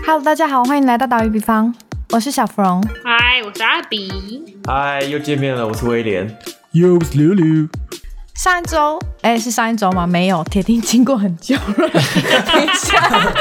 Hello， 大家好，欢迎来到岛屿比方，我是小芙蓉。 嗨，我是阿比。 嗨，又见面了，我是威廉。 又是溜溜。 上一周，是上一周吗？没有，铁定经过很久了。等一下，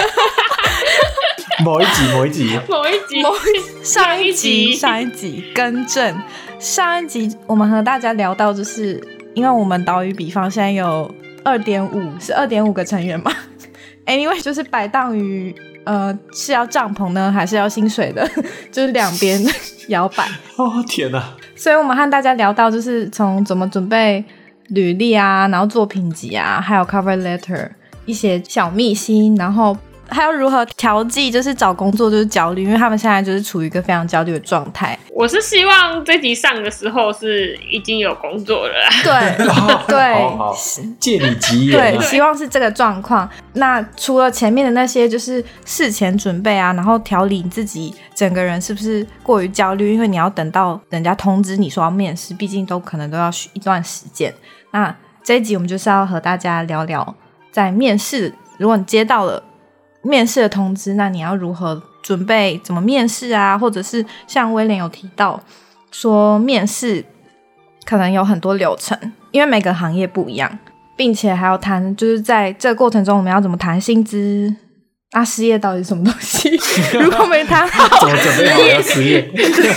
某一集， 上一集更正。上一集我们和大家聊到，就是因为我们岛屿比方现在有2.5个成员嘛。Anyway， 就是摆荡于是要帐篷呢，还是要薪水的，就是两边摇摆。 哦天哪！ 所以我们和大家聊到，就是从怎么准备履历啊，然后作品集啊，还有 cover letter 一些小秘辛，然后还有如何调剂，就是找工作就是焦虑，因为他们现在就是处于一个非常焦虑的状态。 我是希望这集上的时候是已经有工作了啦。 对好借你吉言对，希望是这个状况。那除了前面的那些就是事前准备啊，然后调理你自己整个人是不是过于焦虑，因为你要等到人家通知你说要面试，毕竟都可能都要一段时间。那这一集我们就是要和大家聊聊在面试，如果你接到了面试的通知，那你要如何准备，怎么面试啊，或者是像威廉有提到说面试可能有很多流程，因为每个行业不一样，并且还要谈就是在这个过程中我们要怎么谈薪资啊，失业到底是什么东西如果没谈好怎么准备好要失业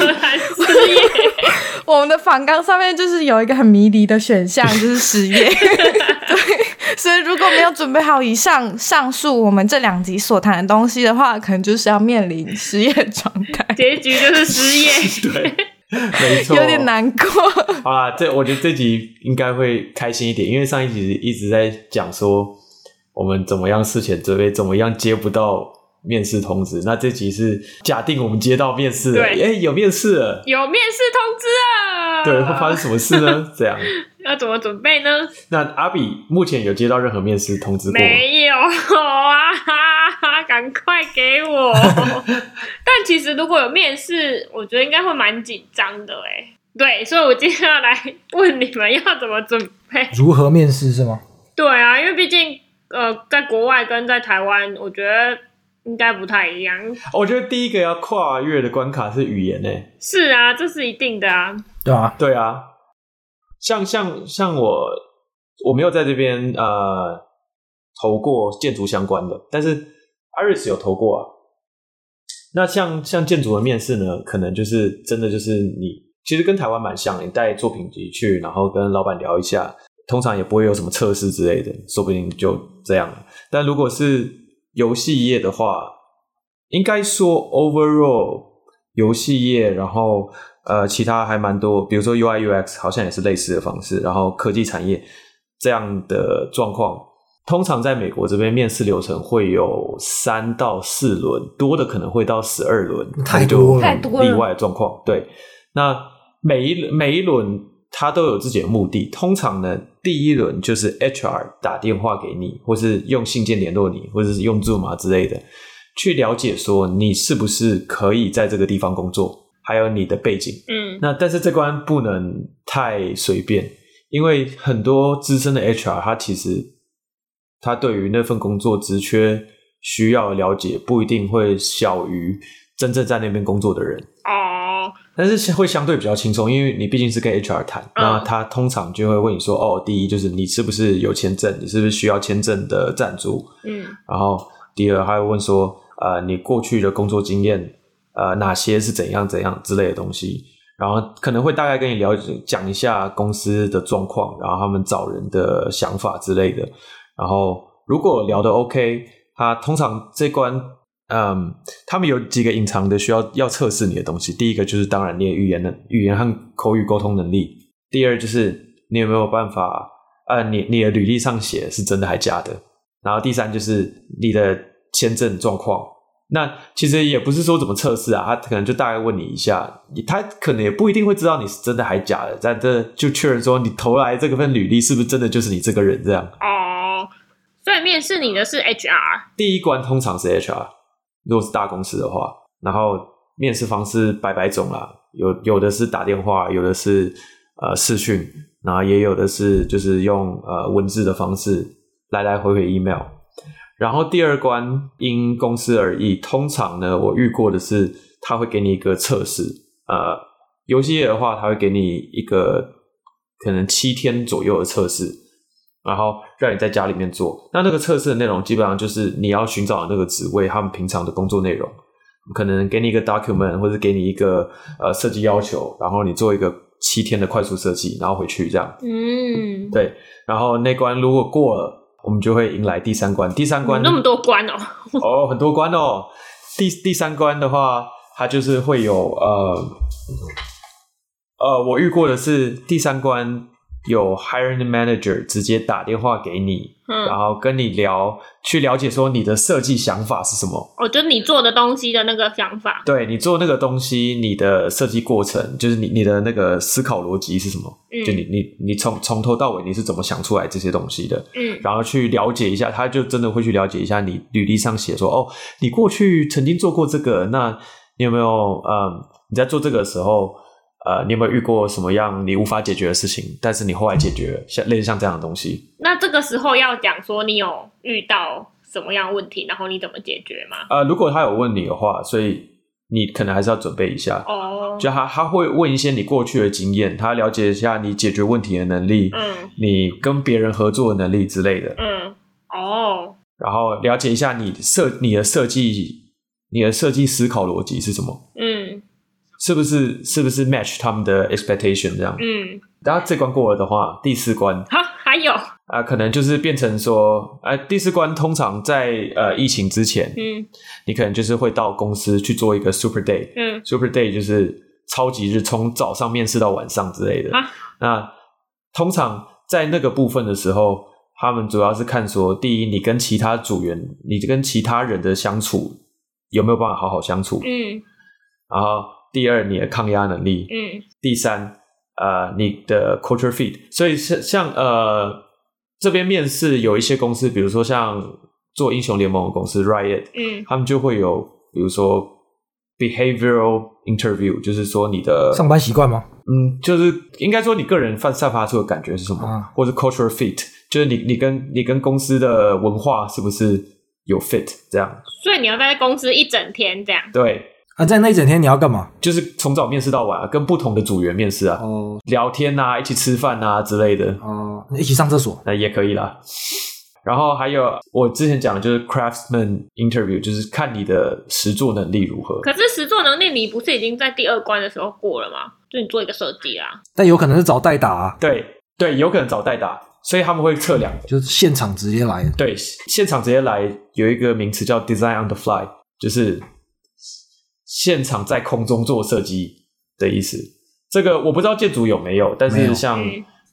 我们的访纲上面就是有一个很迷离的选项，就是失业对，所以如果没有准备好以上述我们这2集所谈的东西的话，可能就是要面临失业状态， 结局就是失业对，没错， 有点难过。 好啦，我觉得这集应该会开心一点，因为上一集一直在讲说我们怎么样事前准备，怎么样接不到面试通知。那这集是假定我们接到面试了，有面试了， 有面试通知了， 对，会发生什么事呢？这样要怎么准备呢？ 那阿比目前有接到任何面试通知过吗？ 没有啊，赶快给我但其实如果有面试，我觉得应该会蛮紧张的对，所以我接下来问你们要怎么准备， 如何面试是吗？ 对啊，因为毕竟在国外跟在台湾我觉得应该不太一样。 我觉得第一个要跨越的关卡是语言是啊，这是一定的啊。 对啊，像我没有在这边投过建筑相关的，但是 Iris 有投过啊。那像建筑的面试呢，可能就是真的就是你其实跟台湾蛮像的，你带作品集去，然后跟老板聊一下，通常也不会有什么测试之类的，说不定就这样了。但如果是游戏业的话，应该说 overall 游戏业，然后其他还蛮多，比如说 UI UX 好像也是类似的方式，然后科技产业这样的状况，通常在美国这边面试流程会有3到4轮，多的可能会到12轮， 太多了例外的状况。对，那每一轮它都有自己的目的，通常呢第一轮就是 HR 打电话给你，或是用信件联络你，或者是用 Zoom 啊之类的，去了解说你是不是可以在这个地方工作，还有你的背景。那但是这关不能太随便，因为很多资深的 HR 他其实他对于那份工作职缺需要了解不一定会小于真正在那边工作的人但是会相对比较轻松，因为你毕竟是跟 HR 谈，那他通常就会问你说第一就是你是不是有签证，你是不是需要签证的赞助，然后第二他会问说你过去的工作经验哪些是怎样之类的东西，然后可能会大概跟你讲一下公司的状况，然后他们找人的想法之类的，然后如果聊得 OK， 他通常这关他们有几个隐藏的需要测试你的东西。第一个就是当然你的语言和口语沟通能力，第二就是你有没有办法你的履历上写是真的还假的，然后第三就是你的签证状况。那其实也不是说怎么测试啊，他可能就大概问你一下，他可能也不一定会知道你是真的还假的，但这就确认说你投来这份履历是不是真的就是你这个人这样。 所以面试你的是 HR， 第一关通常是 HR， 如果是大公司的话，然后面试方式百种啦，有的是打电话，有的是视讯，然后也有的是就是用文字的方式来回 email。 然后第二关因公司而异，通常呢我遇过的是他会给你一个测试，游戏业的话他会给你一个可能7天左右的测试，然后让你在家里面做。那个测试的内容基本上就是你要寻找的那个职位他们平常的工作内容，可能给你一个 document 或者给你一个设计要求，然后你做一个7天的快速设计，然后回去这样。对，然后那关如果过了，我们就会迎来第3关。第3关那么多关哦， 很多关哦。第3关的话，它就是会有我遇过的是第3关有 hiring manager 直接打电话给你，然后跟你去了解说你的设计想法是什么。 就是你做的东西的那个想法。 对，你做那个东西，你的设计过程，就是你的那个思考逻辑是什么？就你从头到尾你是怎么想出来这些东西的？然后去了解一下，他就真的会去了解一下你履历上写说，你过去曾经做过这个，那你有没有你在做这个的时候？你有没有遇过什么样你无法解决的事情，但是你后来解决了，类似像这样的东西？那这个时候要讲说你有遇到什么样的问题，然后你怎么解决吗？ 如果他有问你的话，所以你可能还是要准备一下。就他会问一些你过去的经验，他了解一下你解决问题的能力，你跟别人合作的能力之类的。然后了解一下你的设计思考逻辑是什么。是不是 match 他们的 expectation 这样？然后这关过了的话，第4关还有可能就是变成说第4关通常在疫情之前，你可能就是会到公司去做一个 super day，super day 就是超级日，从早上面试到晚上之类的。那通常在那个部分的时候，他们主要是看说，第一，你跟其他组员，你跟其他人的相处有没有办法好好相处？然后第二，你的抗压能力。第三，你的 culture fit。所以像这边面试有一些公司，比如说像做英雄联盟的公司 Riot，他们就会有比如说 behavioral interview， 就是说你的上班习惯吗？ 就是应该说你个人散发出的感觉是什么，或者 culture fit， 就是你跟公司的文化是不是有 fit 这样。 所以你要在公司一整天这样。 对。 在那一整天你要干嘛？ 就是从早面试到晚跟不同的组员面试聊天啊，一起吃饭啊之类的。 一起上厕所也可以啦。然后还有我之前讲的就是 craftsman interview， 就是看你的实作能力如何。 可是实作能力你不是已经在第2关的时候过了吗？就你做一个设计啦。 但有可能是找代打对，有可能找代打，所以他们会测量， 就是现场直接来。 对，现场直接来有一个名词叫 design on the fly， 就是现场在空中做设计的意思。这个我不知道建筑有没有，但是像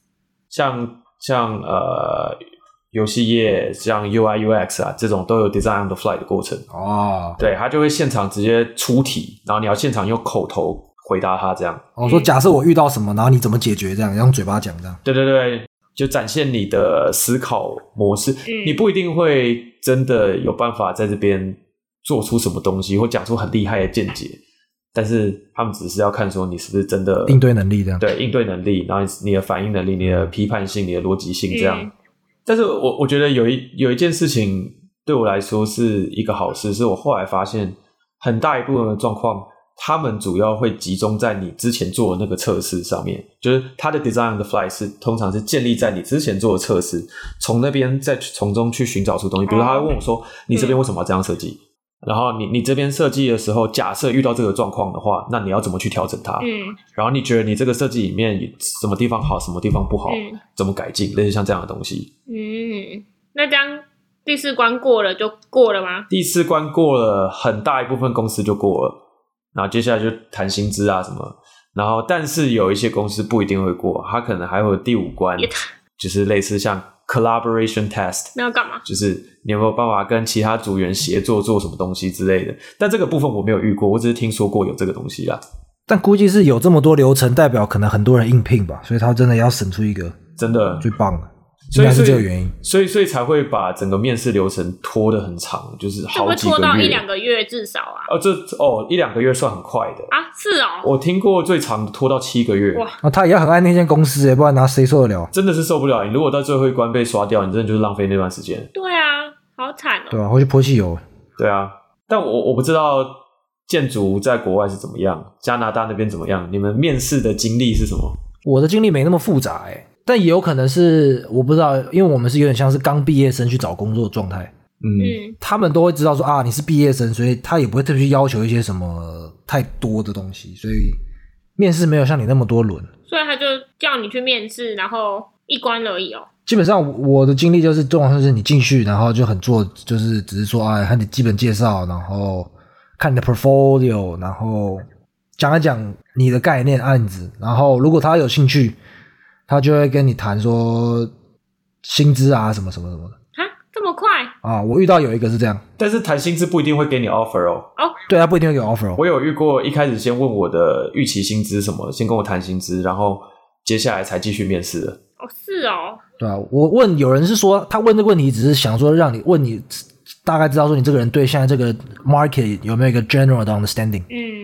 游戏业像 UI UX 这种都有 design on the fly 的过程。对，他就会现场直接出题，然后你要现场用口头回答他这样。 说假设我遇到什么，然后你怎么解决这样，用嘴巴讲这样。 对，就展现你的思考模式。你不一定会真的有办法在这边做出什么东西或讲出很厉害的见解，但是他们只是要看说你是不是真的应对能力这样。 对，应对能力，然后你的反应能力，你的批判性，你的逻辑性这样。但是我觉得有一件事情对我来说是一个好事，是我后来发现很大一部分的状况他们主要会集中在你之前做的那个测试上面，就是他的 design on the fly 通常是建立在你之前做的测试，从那边再从中去寻找出东西。比如他会问我说你这边为什么要这样设计，然后你这边设计的时候假设遇到这个状况的话，那你要怎么去调整它，然后你觉得你这个设计里面什么地方好什么地方不好，怎么改进，类似像这样的东西。 那这样第4关过了就过了吗？ 第4关过了，很大一部分公司就过了，然后接下来就谈薪资啊什么，然后但是有一些公司不一定会过，它可能还会有第5关，就是类似像 collaboration test。 那要干嘛？ 就是你有没有办法跟其他组员协作做什么东西之类的，但这个部分我没有遇过，我只是听说过有这个东西啦。 但估计是有这么多流程，代表可能很多人应聘吧，所以他真的要审出一个真的最棒的，应该是这个原因。 所以才会把整个面试流程拖得很长，就是好几个月， 就会拖到1-2个月至少啊。 1-2个月算很快的啊。是哦， 我听过最长的拖到7个月。 哇，他也要很爱那间公司不然谁受得了？ 真的是受不了。你如果到最后一关被刷掉，你真的就是浪费那段时间。 对啊， 好惨哦。 对啊，会去泼汽油。 对啊，但我不知道建筑在国外是怎么样，加拿大那边怎么样？你们面试的经历是什么？ 我的经历没那么复杂但也有可能是我不知道，因为我们是有点像是刚毕业生去找工作的状态。他们都会知道说啊，你是毕业生，所以他也不会特别去要求一些什么太多的东西，所以面试没有像你那么多轮。 所以他就叫你去面试，然后一关而已哦。 基本上我的经历就是重要是你进去，然后就很做，就是只是说看你基本介绍，然后看你的 portfolio， 然后讲一讲你的概念案子，然后如果他有兴趣，他就会跟你谈说薪资啊什么什么什么的。 这么快啊！我遇到有一个是这样， 但是谈薪资不一定会给你 offer 哦。 对，他不一定会给 offer 哦。 我有遇过，一开始先问我的预期薪资什么，先跟我谈薪资，然后接下来才继续面试的。 是哦。 对啊，我问有人是说他问这个问题只是想说让你问你大概知道说你这个人对现在这个 market 有没有一个 general 的 understanding。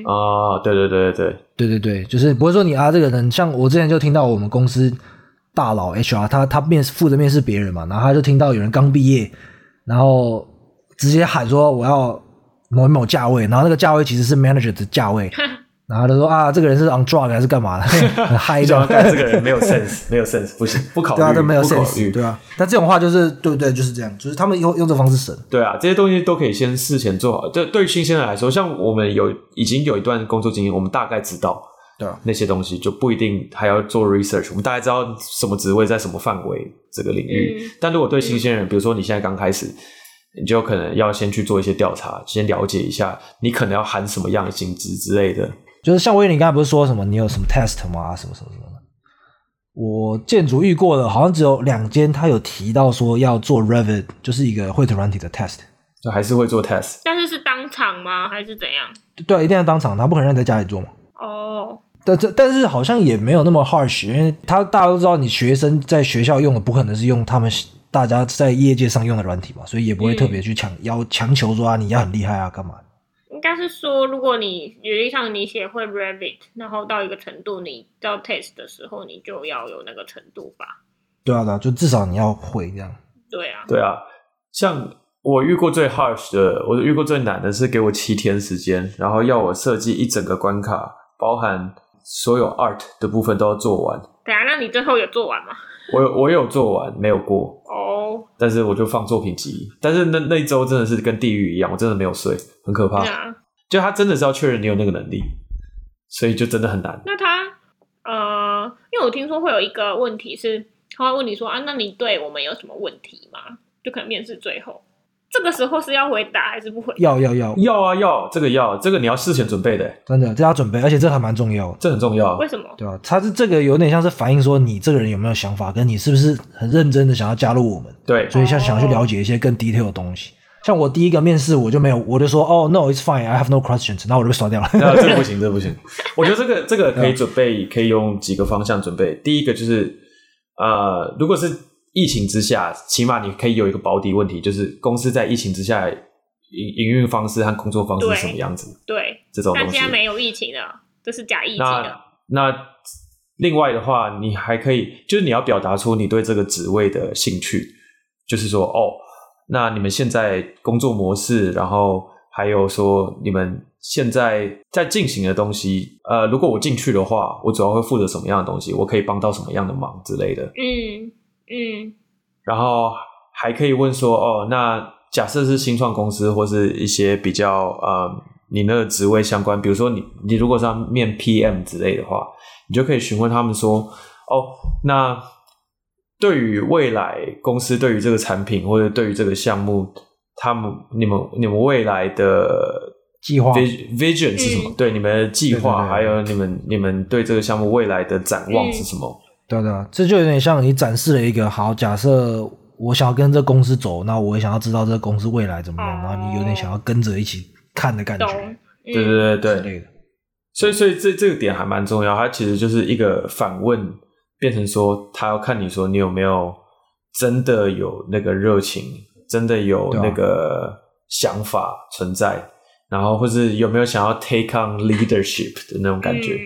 对，就是不会说你这个人，像我之前就听到我们公司大佬 HR 他负责面试别人嘛，然后他就听到有人刚毕业，然后直接喊说我要某某价位，然后那个价位其实是 manager 的价位，然后他就说这个人是 on drug 还是干嘛的，很嗨的， 干这个人没有 sense， 没有 sense， 不行，不考虑， 对啊，都没有 sense， 对啊。但这种话就是对不对？就是这样，就是他们用这方式审。 对啊，这些东西都可以先事前做好。对于新鲜人来说，像我们已经有一段工作经验，我们大概知道。 对啊， 那些东西就不一定还要做 research， 我们大概知道什么职位在什么范围这个领域。但如果对新鲜人，比如说你现在刚开始，你就可能要先去做一些调查，先了解一下你可能要含什么样的薪资之类的。 就是像威廉，你刚才不是说什么你有什么 test 吗？什么什么什么的？我建筑遇过的，好像只有2间，他有提到说要做 Revit， 就是一个绘图软体的 test， 就还是会做 test， 但是是当场吗？还是怎样？ 对，一定要当场，他不可能让你在家里做嘛。但是好像也没有那么 harsh， 因为大家都知道，你学生在学校用的不可能是用他们大家在业界上用的软体嘛，所以也不会特别去强求说你要很厉害干嘛。 应该是说，如果你履历上你写会 Revit， 然后到一个程度，你到 test 的时候，你就要有那个程度吧。 对啊，就至少你要会这样。 对啊，像我遇过最 harsh 的，我遇过最难的是给我7天时间，然后要我设计一整个关卡，包含所有 art 的部分都要做完。 对啊，那你最后有做完吗？ 我有做完，没有过但是我就放作品集，但是那一周真的是跟地狱一样，我真的没有睡，很可怕。就他真的是要确认你有那个能力，所以就真的很难。 那他因为我听说会有一个问题是，他会问你说那你对我们有什么问题吗？就可能面试最后。这个时候是要回答还是不回答？ 要这个你要事前准备的， 真的这要准备，而且这还蛮重要的， 这很重要。 为什么？ 对吧？它是这个有点像是反映说你这个人有没有想法，跟你是不是很认真的想要加入我们。 对， 所以想要去了解一些更 detail 的东西。像我第一个面试我就没有，我就说no it's fine I have no questions， 然后我就被刷掉了。 这个不行，这个不行。我觉得这个可以准备，可以用几个方向准备。第一个就是如果是疫情之下，起码你可以有一个保底问题，就是公司在疫情之下营运方式和工作方式是什么样子。 对， 这种东西。 但现在没有疫情了，这是假疫情的。 那另外的话，你还可以，就是你要表达出你对这个职位的兴趣，就是说那你们现在工作模式，然后还有说你们现在在进行的东西，如果我进去的话，我主要会负责什么样的东西，我可以帮到什么样的忙之类的。然后还可以问说那假设是新创公司或是一些比较你那个职位相关，比如说你如果是要面 PM 之类的话，你就可以询问他们说那对于未来公司对于这个产品或者对于这个项目，你们未来的计划 vision 是什么？对，你们的计划， 对， 还有你们对这个项目未来的展望是什么？ 对，这就有点像你展示了一个好，假设我想要跟这公司走，那我也想要知道这个公司未来怎么样，然后你有点想要跟着一起看的感觉。 对之类的。所以这个点还蛮重要，它其实就是一个反问，变成说他要看你说你有没有真的有那个热情，真的有那个想法存在，然后或是有没有想要 take on leadership 的那种感觉。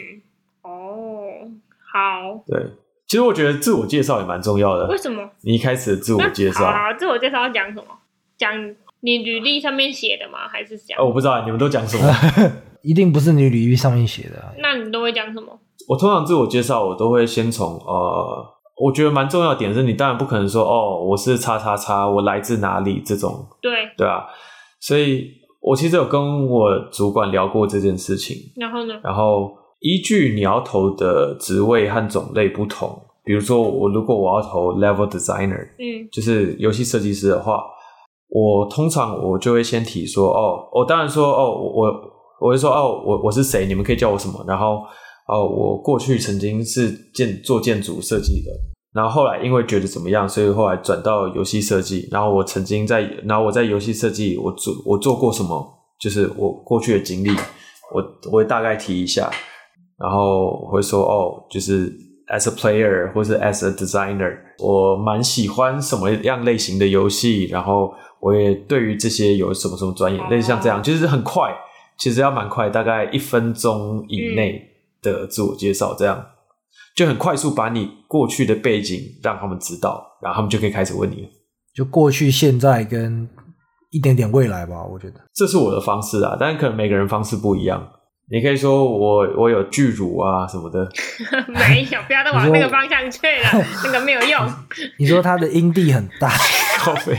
好。 对，其实我觉得自我介绍也蛮重要的。 为什么？ 你一开始的自我介绍。 好，自我介绍要讲什么？ 讲你履历上面写的吗？还是讲？ 我不知道你们都讲什么。 一定不是你履历上面写的那你都会讲什么？ 我通常自我介绍，我都会先从我觉得蛮重要的点是你当然不可能说我是叉叉叉，我来自哪里这种，对啊，所以我其实有跟我主管聊过这件事情。 然后呢？ 然后依据你要投的职位和种类不同，比如说如果我要投 level designer，就是游戏设计师的话，我通常我就会先提说我当然说我会说我是谁，你们可以叫我什么，然后我过去曾经是做建筑设计的，然后后来因为觉得怎么样，所以后来转到游戏设计，然后我在游戏设计我做过什么，就是我过去的经历我会大概提一下，然后我会说就是 as a player 或是 as a designer 我蛮喜欢什么样类型的游戏，然后我也对于这些有什么专业，类似像这样，就是很快，其实要蛮快，大概1分钟以内的自我介绍，这样就很快速把你过去的背景让他们知道，然后他们就可以开始问你了， 就过去现在跟一点点未来吧，我觉得这是我的方式啊，但可能每个人方式不一样。你可以说我有巨乳啊什么的没有，不要再往那个方向去了那个没有用。 你说他的阴蒂很大靠北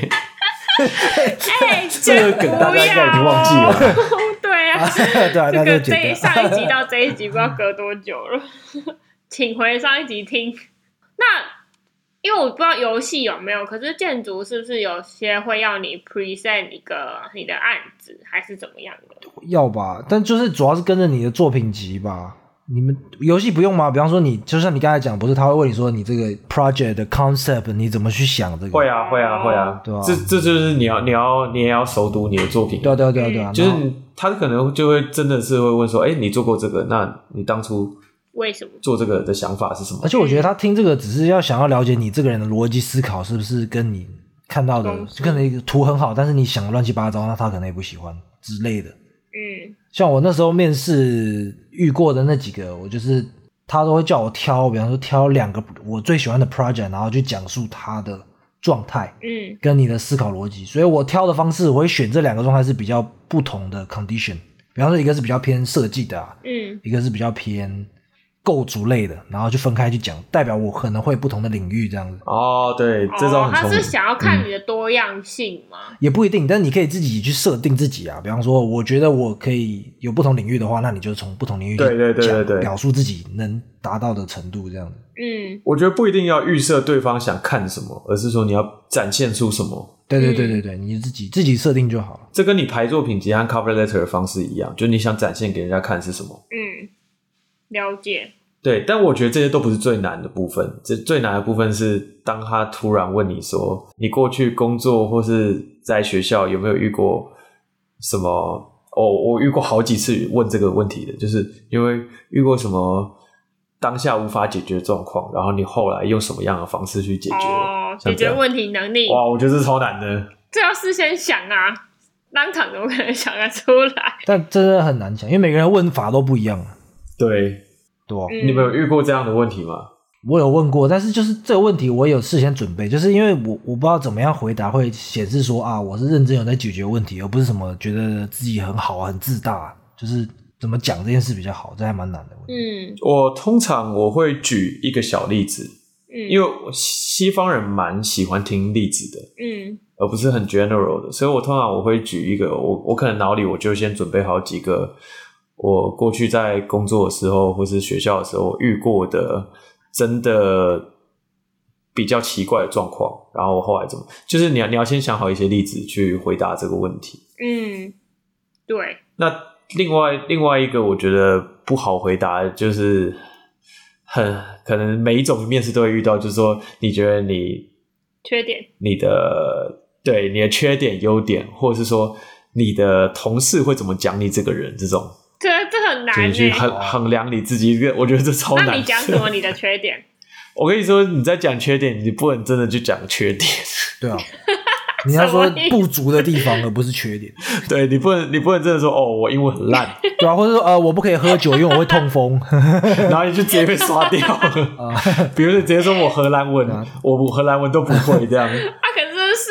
这个梗大家应该已经忘记了对啊对啊， 这个上一集到这一集不知道隔多久了请回上一集听。那因为我不知道游戏有没有，可是建筑是不是有些会要你 present 一个你的案子还是怎么样的？ 要吧，但就是主要是跟着你的作品集吧。你们游戏不用吗？比方说你就像你刚才讲，不是他会问你说你这个 project 的 concept 你怎么去想这个？会啊， 对啊， 这就是你也要熟读你的作品。 对啊， 就是他可能就会真的是会问说，你做过这个，那你当初为什么做这个的想法是什么？ 而且我觉得他听这个只是想要了解你这个人的逻辑思考是不是跟你看到的，就可能图很好，但是你想的乱七八糟，那他可能也不喜欢之类的。像我那时候面试遇过的那几个，我就是他都会叫我挑，比方说挑2个我最喜欢的 project， 然后去讲述他的状态，跟你的思考逻辑。所以我挑的方式，我会选这2个状态是比较不同的 condition。比方说一个是比较偏设计的一个是比较偏构筑类的，然后就分开去讲，代表我可能会不同的领域这样子。 对，这种很聪明。 他是想要看你的多样性吗？ 也不一定，但你可以自己去设定自己啊。比方说，我觉得我可以有不同领域的话，那你就从不同领域去讲，表述自己能达到的程度这样子。 我觉得不一定要预设对方想看什么，而是说你要展现出什么。 对，你自己设定就好了。 这跟你排作品集和 cover letter 的方式一样，就是你想展现给人家看是什么。 了解。 对，但我觉得这些都不是最难的部分，最难的部分是当他突然问你说你过去工作或是在学校有没有遇过什么我遇过好几次问这个问题的，就是因为遇过什么当下无法解决的状况，然后你后来用什么样的方式去解决解决问题能力。 哇，我觉得这超难的， 这要事先想啊，当场怎么可能想得出来？ 但真的很难想，因为每个人问法都不一样。 对，你们有遇过这样的问题吗？ 我有问过，但是就是这个问题我有事先准备，就是因为我不知道怎么样回答会显示说我是认真有在解决问题，而不是什么觉得自己很好很自大，就是怎么讲这件事比较好，这还蛮难的。 我通常我会举一个小例子，因为西方人蛮喜欢听例子的，而不是很 general 的，所以我通常我会举一个，我可能脑里我就先准备好几个我过去在工作的时候或是学校的时候遇过的真的比较奇怪的状况，然后我后来怎么，就是你要先想好一些例子去回答这个问题。 对。 那另外一个我觉得不好回答，就是可能每一种面试都会遇到，就是说你觉得你缺点， 你的缺点优点，或者是说你的同事会怎么讲你这个人，这种这很难你去衡量你自己，我觉得这超难。 那你讲什么你的缺点？ 我跟你说，你在讲缺点，你不能真的去讲缺点。 对啊，你要说不足的地方，而不是缺点。 对，你不能真的说我英文很烂， 对啊，或者说我不可以喝酒，因为我会痛风， 然后你就直接被刷掉。比如说你直接说我荷兰文，我荷兰文都不会这样。 可是事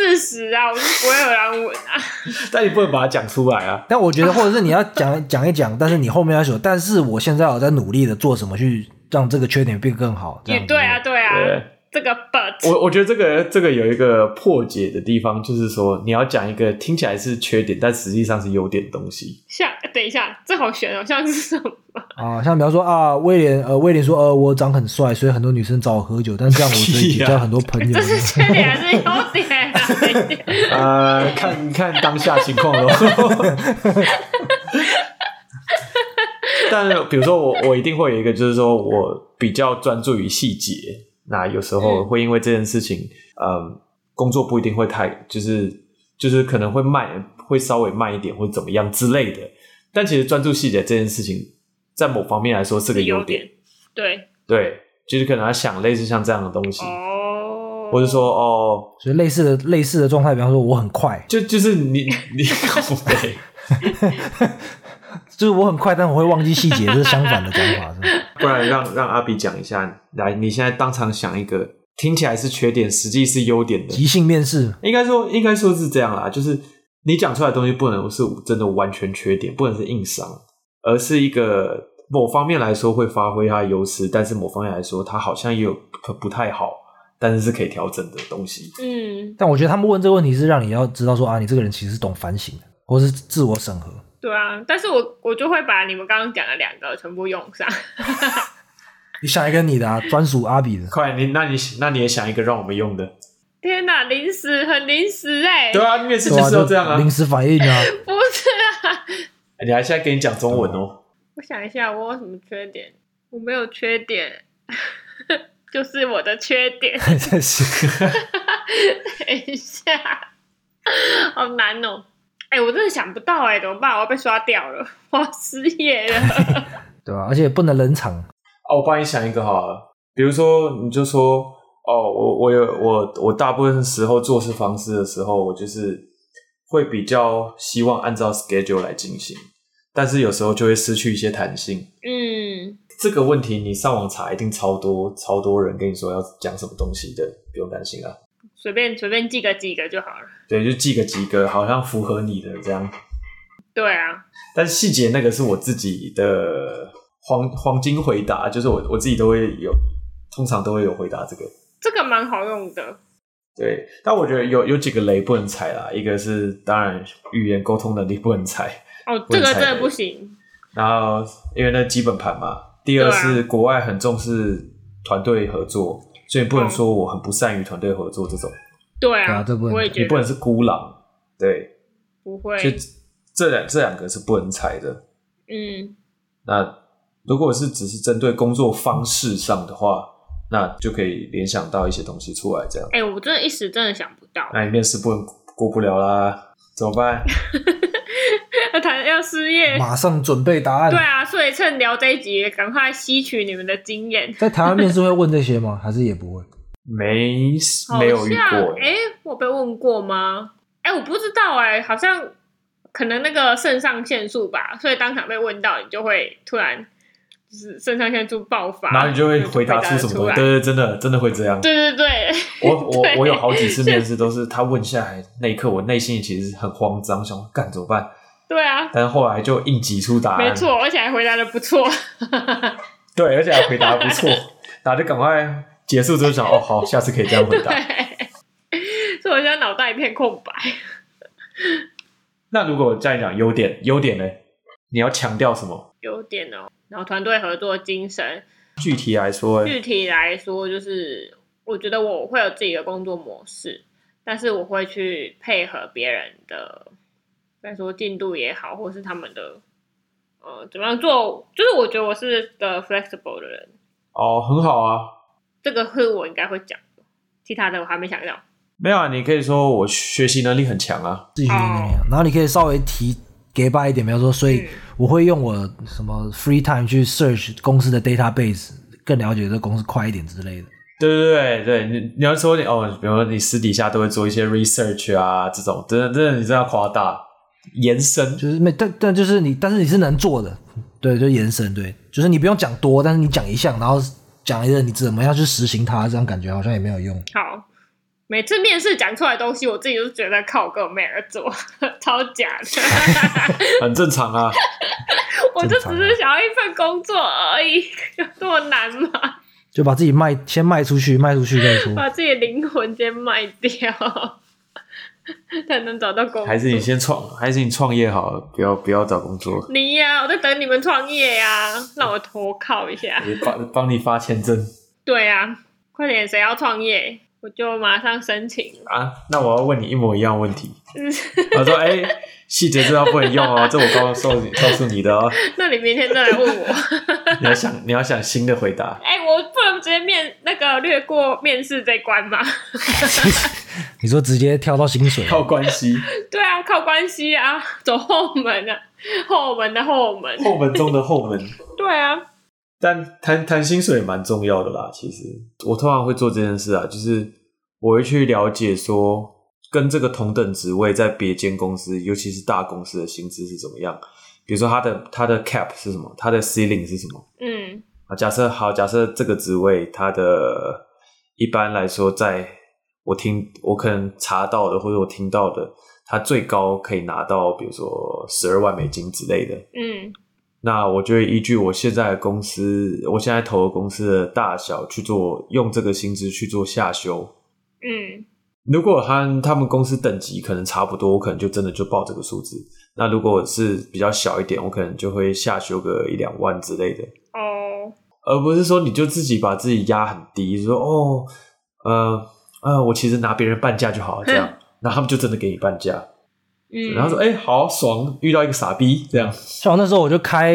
事实啊，我就不会荷兰文啊。 但你不能把它讲出来啊。 但我觉得，或者是你要讲一讲，但是你后面要说，但是我现在有在努力的做什么去让这个缺点变更好。 也对啊，对啊， 对这个 but 我觉得这个有一个破解的地方，就是说你要讲一个听起来是缺点，但实际上是优点的东西。 等一下，这好悬哦，像是什么？ 像比方说威廉说我长很帅，所以很多女生找我喝酒，但这样我可以结交很多朋友。 这是缺点还是优点啊？ 看当下情况咯。但比如说我一定会有一个，就是说我比较专注于细节。那有时候会因为这件事情，工作不一定会太，就是可能会会稍微慢一点或者怎么样之类的。但其实专注细节这件事情，在某方面来说是个优点。对，就是可能要想类似像这样的东西，或者说所以类似的状态，比方说我很快， 就是你靠北。 就是我很快，但我会忘记细节，这是相反的讲法，是吗？ 不然让阿比讲一下，来，你现在当场想一个听起来是缺点，实际是优点的即兴面试。 应该说是这样啦，就是你讲出来的东西不能是真的完全缺点，不能是硬伤，而是一个某方面来说会发挥它的优势，但是某方面来说它好像也有不太好，但是可以调整的东西。 但我觉得他们问这个问题是让你要知道说你这个人其实是懂反省的，或是自我审核。 对啊，但是我就会把你们刚刚讲的两个全部用上。 你想一个你的专属阿比的， 快，那你也想一个让我们用的。 天哪，很临时对啊，面试就是要这样啊， 临时反应啊。 不是啊， 你还现在给你讲中文哦。 我想一下，我有什么缺点？我没有缺点，就是我的缺点。等一下，好难哦。我真的想不到怎么办？我要被刷掉了，我要失业了。 对吧？而且不能冷场。 我帮你想一个好了，比如说你就说我大部分时候做事方式的时候，我就是会比较希望按照 schedule 来进行，但是有时候就会失去一些弹性。这个问题你上网查一定超多人跟你说要讲什么东西的，不用担心啊。 随便记个几个就好了。 对，就记个几个好像符合你的这样。 对啊， 但是细节那个是我自己的黄金回答，就是我自己都会有，通常都会有回答这个。 这个蛮好用的。 对，但我觉得有几个雷不能踩啦，一个是当然语言沟通能力不能踩。 这个真的不行。 然后因为那基本盘嘛，第二是国外很重视团队合作。所以不能说我很不善于团队合作这种。 对啊，我也觉得你不能是孤狼。对， 不会。 所以这两个是不能踩的。那如果是只是针对工作方式上的话，那就可以联想到一些东西出来这样。 我真的一时真的想不到。 那你面试不能过不了啦，怎么办？ 要失业， 马上准备答案。 对啊，所以趁聊这一集，赶快吸取你们的经验。 在台湾面试会问这些吗？还是也不会？ 没有遇过。 我被问过吗？我不知道好像可能那个肾上腺素吧，所以当场被问到，你就会突然就是肾上腺素爆发， 然后你就会回答出什么东西。对，真的会这样。 对。 我有好几次面试都是他问下来那一刻，我内心其实很慌张，想干怎么办？ 对啊， 但是后来就硬挤出答案。 没错，而且还回答的不错。 对，而且还回答得不错，然后就赶快结束之后想，好，下次可以这样回答。 所以我现在脑袋一片空白。 那如果再讲优点呢？你要强调什么？ 优点然后团队合作精神。 具体来说， 就是我觉得我会有自己的工作模式，但是我会去配合别人的。再说进度也好，或是他们的怎么样做，就是我觉得我是个 flexible 的人。 很好啊。 这个是我应该会讲的，其他的我还没想到。 没有啊，你可以说我学习能力很强啊， 自己学习能力然后你可以稍微给巴一点，比方说，所以我会用我什么 free time 去 search 公司的 database， 更了解这个公司快一点之类的。 对，你要说比如说你私底下都会做一些 research 啊，这种真的你这样夸大。延伸就是但就是但是你是能做的，对，就延伸，对，就是你不用讲多，但是你讲一项，然后讲一个你怎么样去实行它，这样感觉好像也没有用。 好， 每次面试讲出来的东西，我自己就觉得靠我根本没人做，超假的。 很正常啊。 我就只是想要一份工作而已，有这么难吗？ 就把自己先卖出去，卖出去再说。 把自己的灵魂先卖掉，才能找到工作。 还是你创业好了，不要找工作。 你呀，我在等你们创业呀，让我投靠一下。 帮你发签证。 对呀，快点，谁要创业，我就马上申请啊！那我要问你一模一样的问题。我说，细节这道不能用哦，这我告诉你的哦。 那你明天再来问我。 你要想新的回答。 我不能直接略过面试这关吗？ 你说直接跳到薪水？ 靠关系。 对啊，靠关系啊，走后门啊，后门的后门， 后门中的后门。 对啊。 但谈薪水也蛮重要的啦。其实我通常会做这件事啊，就是我会去了解说，跟这个同等职位在别间公司，尤其是大公司的薪资是怎么样。比如说他的 cap 是什么，他的 ceiling 是什么。假设这个职位它的一般来说，在我可能查到的或者我听到的，它最高可以拿到比如说$12万之类的。那我就会依据我现在投的公司的大小去用这个薪资去做下修。如果他们公司等级可能差不多，我可能就真的就报这个数字。那如果是比较小一点，我可能就会下修个1-2万之类的。而不是说你就自己把自己压很低，说我其实拿别人半价就好了这样，然后他们就真的给你半价。然后说好爽，遇到一个傻逼这样。 像我那时候我就开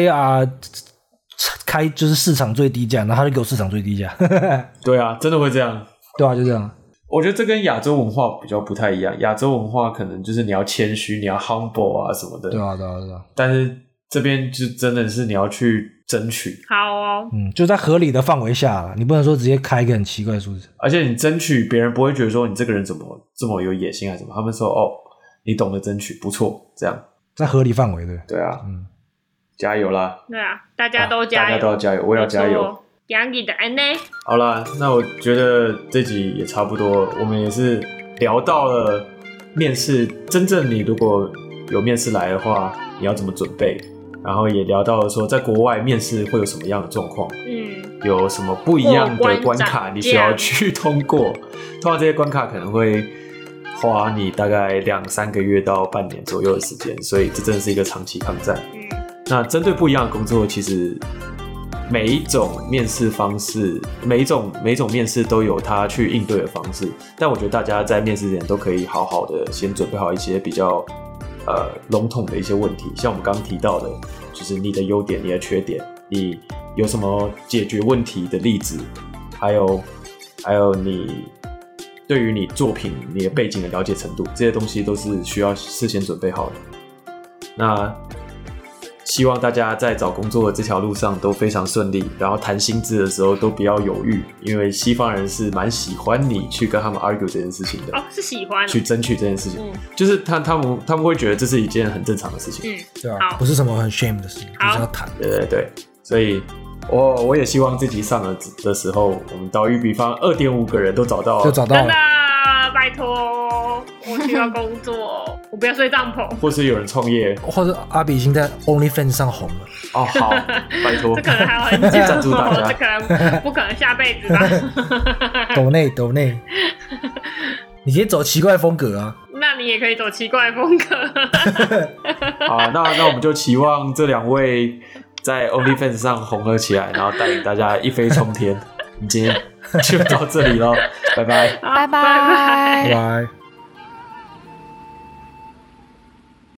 就是市场最低价，然后他就给我市场最低价。 对啊，真的会这样。 对啊，就这样。 我觉得这跟亚洲文化比较不太一样，亚洲文化可能就是你要谦虚，你要 humble 啊什么的。 对啊。 但是这边就真的是你要去争取。 好哦。 就在合理的范围下啦，你不能说直接开一个很奇怪的数字。 而且你争取，别人不会觉得说你这个人怎么这么有野心还是什么，他们说你懂得争取，不错，这样在合理范围的。 对啊。加油啦。 对啊，大家都加油。 大家都要加油，我也要加油。 养你的安呢？ 好啦，那我觉得这集也差不多，我们也是聊到了面试，真正你如果有面试来的话，你要怎么准备，然后也聊到了说在国外面试会有什么样的状况，有什么不一样的关卡你需要去通过，通常这些关卡可能会花你大概2-3个月到半年左右的时间，所以这真的是一个长期抗战。那针对不一样的工作，其实每一种面试方式，每一种面试都有它去应对的方式，但我觉得大家在面试之前都可以好好的先准备好一些比较笼统的一些问题，像我们刚刚提到的，就是你的优点、你的缺点，你有什么解决问题的例子，还有你对于你作品、你的背景的了解程度，这些东西都是需要事先准备好的。那希望大家在找工作的这条路上都非常顺利，然后谈薪资的时候都不要犹豫，因为西方人是蛮喜欢你去跟他们 argue 这件事情的。 是喜欢去争取这件事情，就是他们会觉得这是一件很正常的事情。 对啊，不是什么很 shame 的事情，就是要谈。 对，所以我也希望这集上了的时候，我们岛屿比方2.5个人都找到了， 真的拜托，我需要工作，我不要睡帐篷， 或是有人创业， 或者阿比已经在 OnlyFans 上红了。 好，拜托， 这可能还要很久， 赞助大家， 这可能不可能下辈子吧。 抖内，你可以走奇怪风格啊。 那你也可以走奇怪风格。 好，那我们就期望这2位在 OnlyFans 上红了起来，然后带领大家一飞冲天。今天就到这里咯，拜拜， 拜拜。